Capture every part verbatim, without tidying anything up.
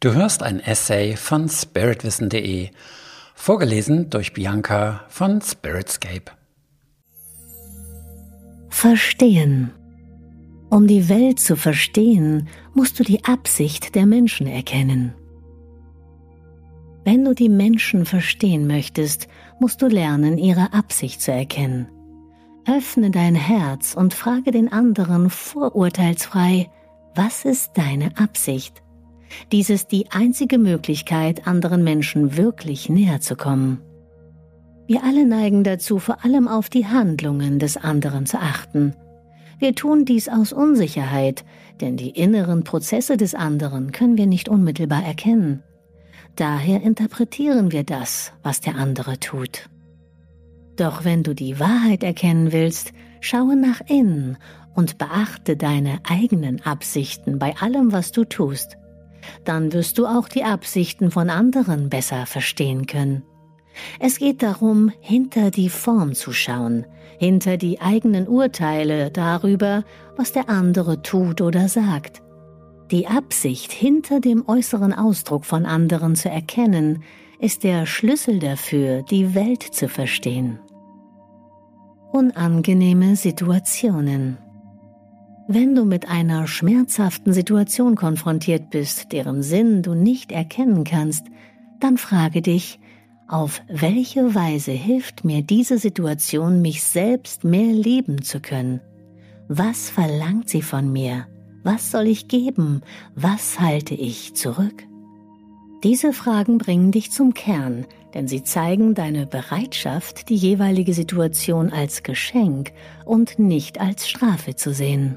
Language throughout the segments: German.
Du hörst ein Essay von spiritwissen punkt de, vorgelesen durch Bianca von Spiritscape. Verstehen. Um die Welt zu verstehen, musst du die Absicht der Menschen erkennen. Wenn du die Menschen verstehen möchtest, musst du lernen, ihre Absicht zu erkennen. Öffne dein Herz und frage den anderen vorurteilsfrei, was ist deine Absicht? Dies ist die einzige Möglichkeit, anderen Menschen wirklich näher zu kommen. Wir alle neigen dazu, vor allem auf die Handlungen des anderen zu achten. Wir tun dies aus Unsicherheit, denn die inneren Prozesse des anderen können wir nicht unmittelbar erkennen. Daher interpretieren wir das, was der andere tut. Doch wenn du die Wahrheit erkennen willst, schaue nach innen und beachte deine eigenen Absichten bei allem, was du tust. Dann wirst du auch die Absichten von anderen besser verstehen können. Es geht darum, hinter die Form zu schauen, hinter die eigenen Urteile darüber, was der andere tut oder sagt. Die Absicht hinter dem äußeren Ausdruck von anderen zu erkennen, ist der Schlüssel dafür, die Welt zu verstehen. Unangenehme Situationen. Wenn du mit einer schmerzhaften Situation konfrontiert bist, deren Sinn du nicht erkennen kannst, dann frage dich, auf welche Weise hilft mir diese Situation, mich selbst mehr lieben zu können? Was verlangt sie von mir? Was soll ich geben? Was halte ich zurück? Diese Fragen bringen dich zum Kern, denn sie zeigen deine Bereitschaft, die jeweilige Situation als Geschenk und nicht als Strafe zu sehen.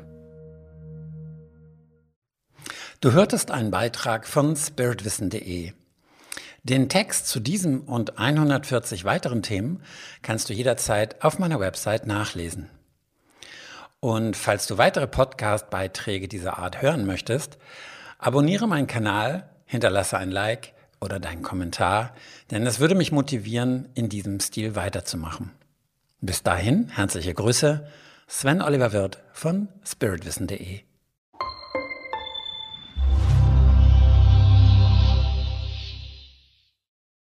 Du hörtest einen Beitrag von spiritwissen punkt de. Den Text zu diesem und hundertvierzig weiteren Themen kannst du jederzeit auf meiner Website nachlesen. Und falls du weitere Podcast-Beiträge dieser Art hören möchtest, abonniere meinen Kanal, hinterlasse ein Like oder deinen Kommentar, denn es würde mich motivieren, in diesem Stil weiterzumachen. Bis dahin, herzliche Grüße, Sven Oliver Wirth von spiritwissen punkt de.